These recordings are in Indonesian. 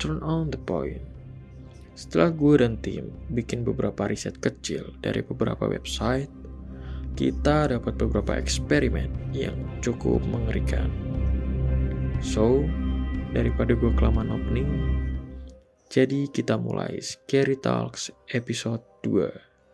turn on the point. Setelah gue dan tim bikin beberapa riset kecil dari beberapa website, kita dapat beberapa eksperimen yang cukup mengerikan. So, daripada gue kelamaan opening, jadi kita mulai Scary Talks episode 2.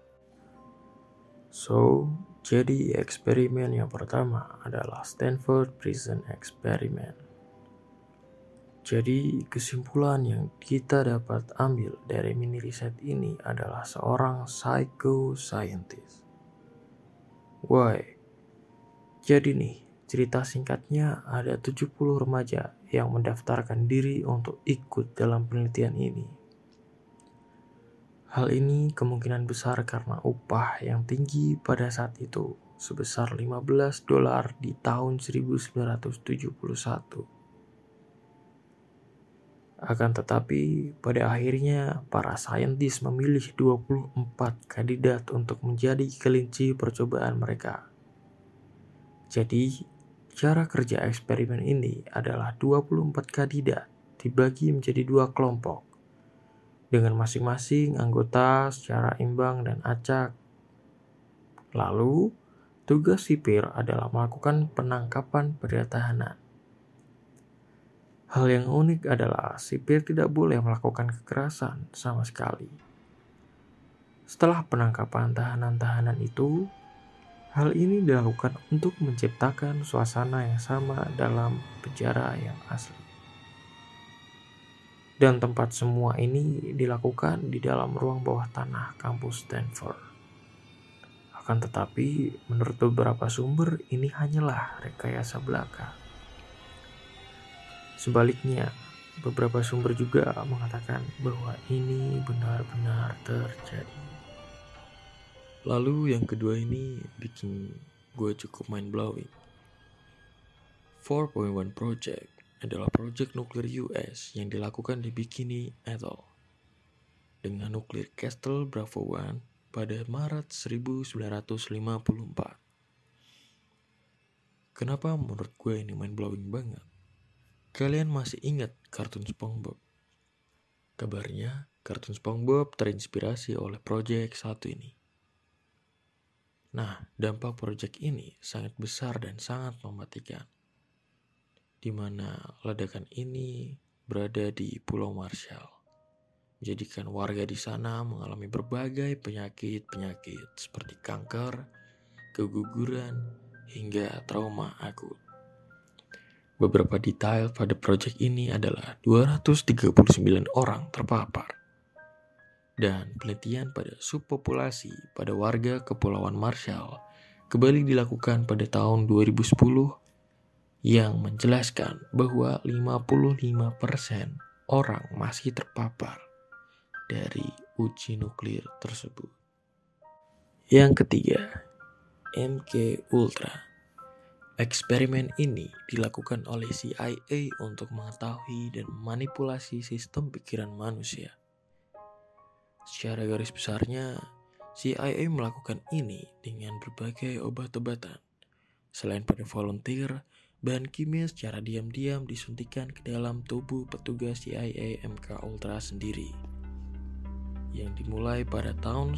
So, jadi eksperimen yang pertama adalah Stanford Prison Experiment. Jadi kesimpulan yang kita dapat ambil dari mini riset ini adalah seorang psycho-scientist. Why? Jadi nih, cerita singkatnya ada 70 remaja yang mendaftarkan diri untuk ikut dalam penelitian ini. Hal ini kemungkinan besar karena upah yang tinggi pada saat itu sebesar $15 di tahun 1971. Akan tetapi, pada akhirnya para saintis memilih 24 kandidat untuk menjadi kelinci percobaan mereka. Jadi, cara kerja eksperimen ini adalah 24 kandidat dibagi menjadi 2 kelompok, dengan masing-masing anggota secara imbang dan acak. Lalu, tugas sipir adalah melakukan penangkapan pada tahanan. Hal yang unik adalah sipir tidak boleh melakukan kekerasan sama sekali. Setelah penangkapan tahanan-tahanan itu, hal ini dilakukan untuk menciptakan suasana yang sama dalam penjara yang asli. Dan tempat semua ini dilakukan di dalam ruang bawah tanah kampus Stanford. Akan tetapi, menurut beberapa sumber, ini hanyalah rekayasa belaka. Sebaliknya, beberapa sumber juga mengatakan bahwa ini benar-benar terjadi. Lalu yang kedua ini bikin gue cukup mind-blowing. 4.1 Project adalah proyek nuklir US yang dilakukan di Bikini Atoll dengan nuklir Castle Bravo 1 pada Maret 1954. Kenapa menurut gue ini mind-blowing banget? Kalian masih ingat kartun SpongeBob? Kabarnya, kartun SpongeBob terinspirasi oleh proyek satu ini. Nah, dampak proyek ini sangat besar dan sangat mematikan, di mana ledakan ini berada di Pulau Marshall, menjadikan warga di sana mengalami berbagai penyakit seperti kanker, keguguran, hingga trauma akut. Beberapa detail pada proyek ini adalah 239 orang terpapar. Dan penelitian pada subpopulasi pada warga Kepulauan Marshall kembali dilakukan pada tahun 2010 yang menjelaskan bahwa 55% orang masih terpapar dari uji nuklir tersebut. Yang ketiga, MK Ultra. Eksperimen ini dilakukan oleh CIA untuk mengetahui dan memanipulasi sistem pikiran manusia. Secara garis besarnya, CIA melakukan ini dengan berbagai obat-obatan. Selain pada volunteer, bahan kimia secara diam-diam disuntikan ke dalam tubuh petugas CIA MK Ultra sendiri. Yang dimulai pada tahun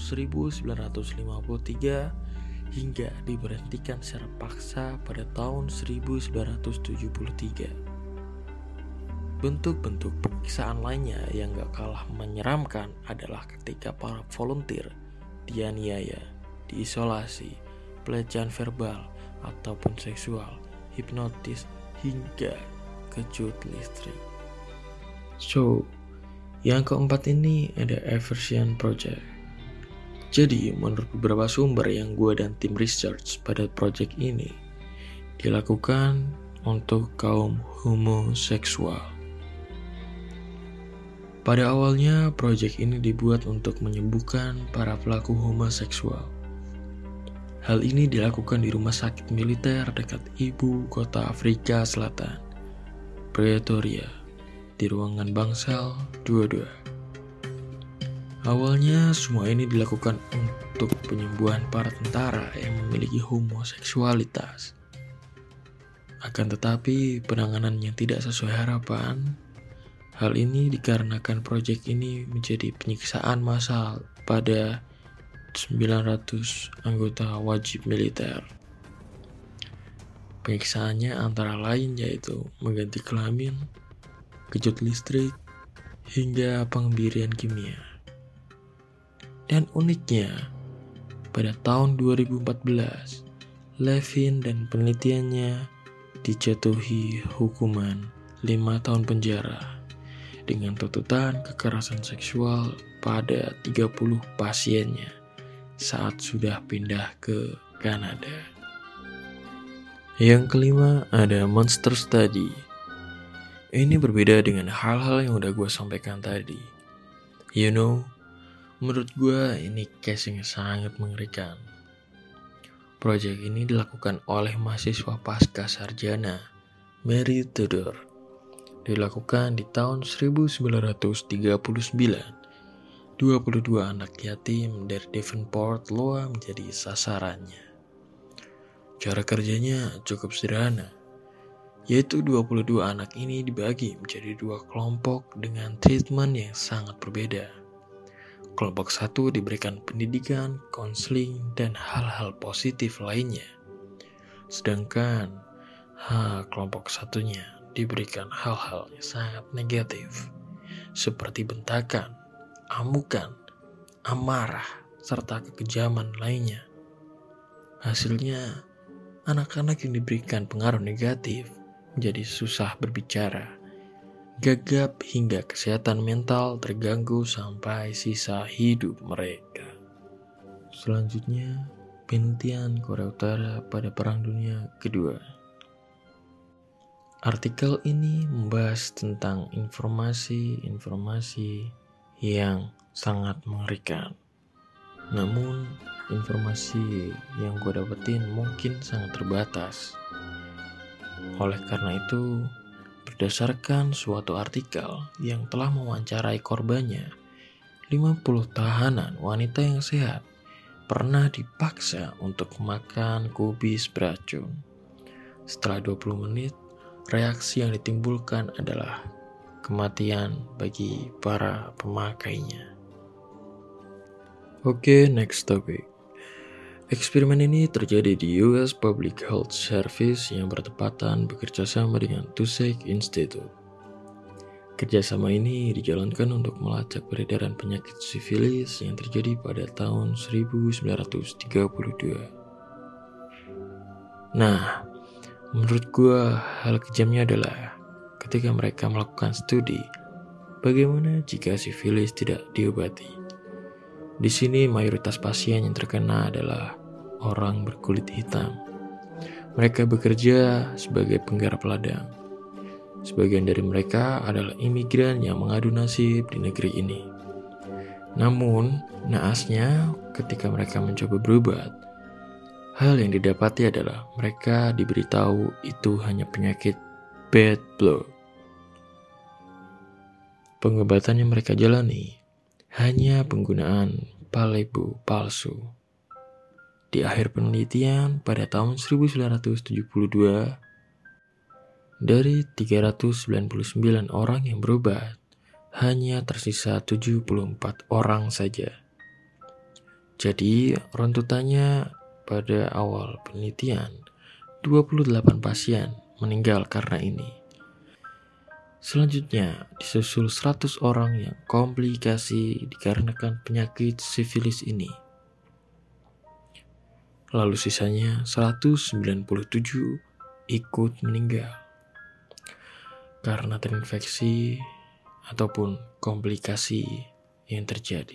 1953 hingga diberhentikan secara paksa pada tahun 1973. Bentuk-bentuk penyiksaan lainnya yang gak kalah menyeramkan adalah ketika para volunteer dianiaya, diisolasi, pelecehan verbal ataupun seksual, hipnotis, hingga kejut listrik. So, yang keempat ini ada Eversion Project. Jadi, menurut beberapa sumber yang gue dan tim research pada project ini, dilakukan untuk kaum homoseksual. Pada awalnya, project ini dibuat untuk menyembuhkan para pelaku homoseksual. Hal ini dilakukan di rumah sakit militer dekat ibu kota Afrika Selatan, Pretoria, di ruangan Bangsal 22. Awalnya semua ini dilakukan untuk penyembuhan para tentara yang memiliki homoseksualitas. Akan tetapi penanganan yang tidak sesuai harapan, Hal ini dikarenakan proyek ini menjadi penyiksaan massal pada 900 anggota wajib militer. Penyiksaannya antara lain yaitu mengganti kelamin, kejut listrik, hingga pengembirian kimia. Dan uniknya, pada tahun 2014, Levin dan penelitiannya dijatuhi hukuman 5 tahun penjara dengan tuntutan kekerasan seksual pada 30 pasiennya saat sudah pindah ke Kanada. Yang kelima ada Monster Study. Ini berbeda dengan hal-hal yang udah gue sampaikan tadi. Menurut gue ini case yang sangat mengerikan. Proyek ini dilakukan oleh mahasiswa pasca sarjana Mary Tudor. Dilakukan di tahun 1939. 22 anak yatim dari Devonport, Iowa menjadi sasarannya. Cara kerjanya cukup sederhana, yaitu 22 anak ini dibagi menjadi 2 kelompok dengan treatment yang sangat berbeda. Kelompok 1 diberikan pendidikan, konseling, dan hal-hal positif lainnya. Sedangkan kelompok satunya diberikan hal-hal yang sangat negatif, seperti bentakan, amukan, amarah, serta kekejaman lainnya. Hasilnya, anak-anak yang diberikan pengaruh negatif menjadi susah berbicara, gagap hingga kesehatan mental terganggu sampai sisa hidup mereka. Selanjutnya, penelitian Korea Utara pada Perang Dunia Kedua. Artikel ini membahas tentang informasi yang sangat mengerikan. Namun, informasi yang gue dapetin mungkin sangat terbatas. Oleh karena itu, berdasarkan suatu artikel yang telah mewawancarai korbannya, 50 tahanan wanita yang sehat pernah dipaksa untuk makan kubis beracun. Setelah 20 menit, reaksi yang ditimbulkan adalah kematian bagi para pemakainya. Oke, next topic. Eksperimen ini terjadi di US Public Health Service yang bertepatan bekerjasama dengan Tuskegee Institute. Kerjasama ini dijalankan untuk melacak peredaran penyakit sifilis yang terjadi pada tahun 1932. Nah, menurut gue hal kejamnya adalah ketika mereka melakukan studi bagaimana jika sifilis tidak diobati. Di sini mayoritas pasien yang terkena adalah orang berkulit hitam. Mereka bekerja sebagai penggarap ladang. Sebagian dari mereka adalah imigran yang mengadu nasib di negeri ini. Namun, naasnya ketika mereka mencoba berobat, hal yang didapati adalah mereka diberitahu itu hanya penyakit bad blood. Pengobatan yang mereka jalani hanya penggunaan Palebu palsu. Di akhir penelitian pada tahun 1972, dari 399 orang yang berobat, hanya tersisa 74 orang saja. Jadi, runtutannya pada awal penelitian, 28 pasien meninggal karena ini. Selanjutnya, disusul 100 orang yang komplikasi dikarenakan penyakit sifilis ini. Lalu sisanya 197 ikut meninggal karena terinfeksi ataupun komplikasi yang terjadi.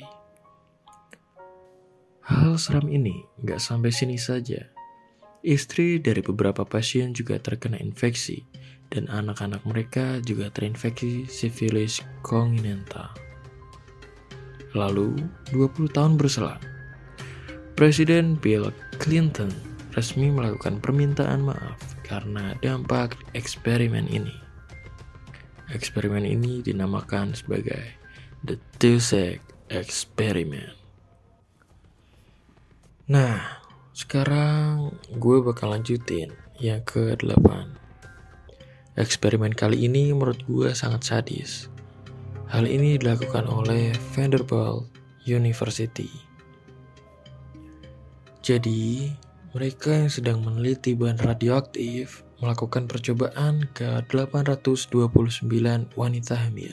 Hal seram ini gak sampai sini saja. Istri dari beberapa pasien juga terkena infeksi dan anak-anak mereka juga terinfeksi sifilis kongenital. Lalu, 20 tahun berselang, Presiden Bill Clinton resmi melakukan permintaan maaf karena dampak eksperimen ini. Eksperimen ini dinamakan sebagai The Tuskegee Experiment. Nah, sekarang gue bakal lanjutin yang ke-8. Eksperimen kali ini menurut gue sangat sadis. Hal ini dilakukan oleh Vanderbilt University. Jadi, mereka yang sedang meneliti bahan radioaktif melakukan percobaan ke 829 wanita hamil.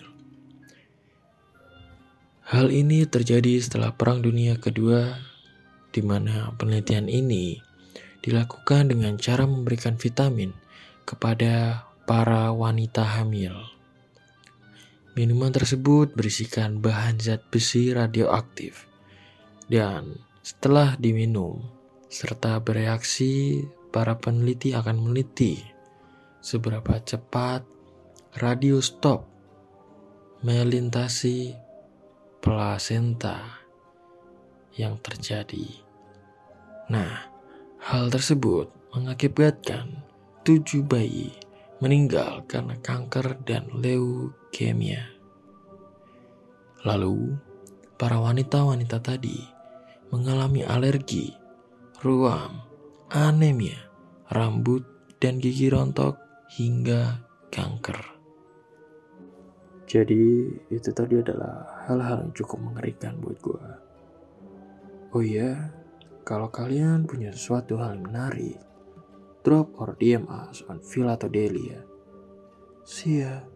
Hal ini terjadi setelah Perang Dunia Kedua, di mana penelitian ini dilakukan dengan cara memberikan vitamin kepada para wanita hamil. Minuman tersebut berisikan bahan zat besi radioaktif, dan setelah diminum serta bereaksi, para peneliti akan meneliti seberapa cepat radiostop melintasi plasenta yang terjadi. Nah, hal tersebut mengakibatkan 7 bayi meninggal karena kanker dan leukemia. Lalu, para wanita-wanita tadi mengalami alergi, ruam, anemia, rambut dan gigi rontok hingga kanker. Jadi itu tadi adalah hal-hal yang cukup mengerikan buat gue. Oh iya, kalau kalian punya sesuatu hal yang menarik, drop or DM us on Phil atau Daily ya. See ya.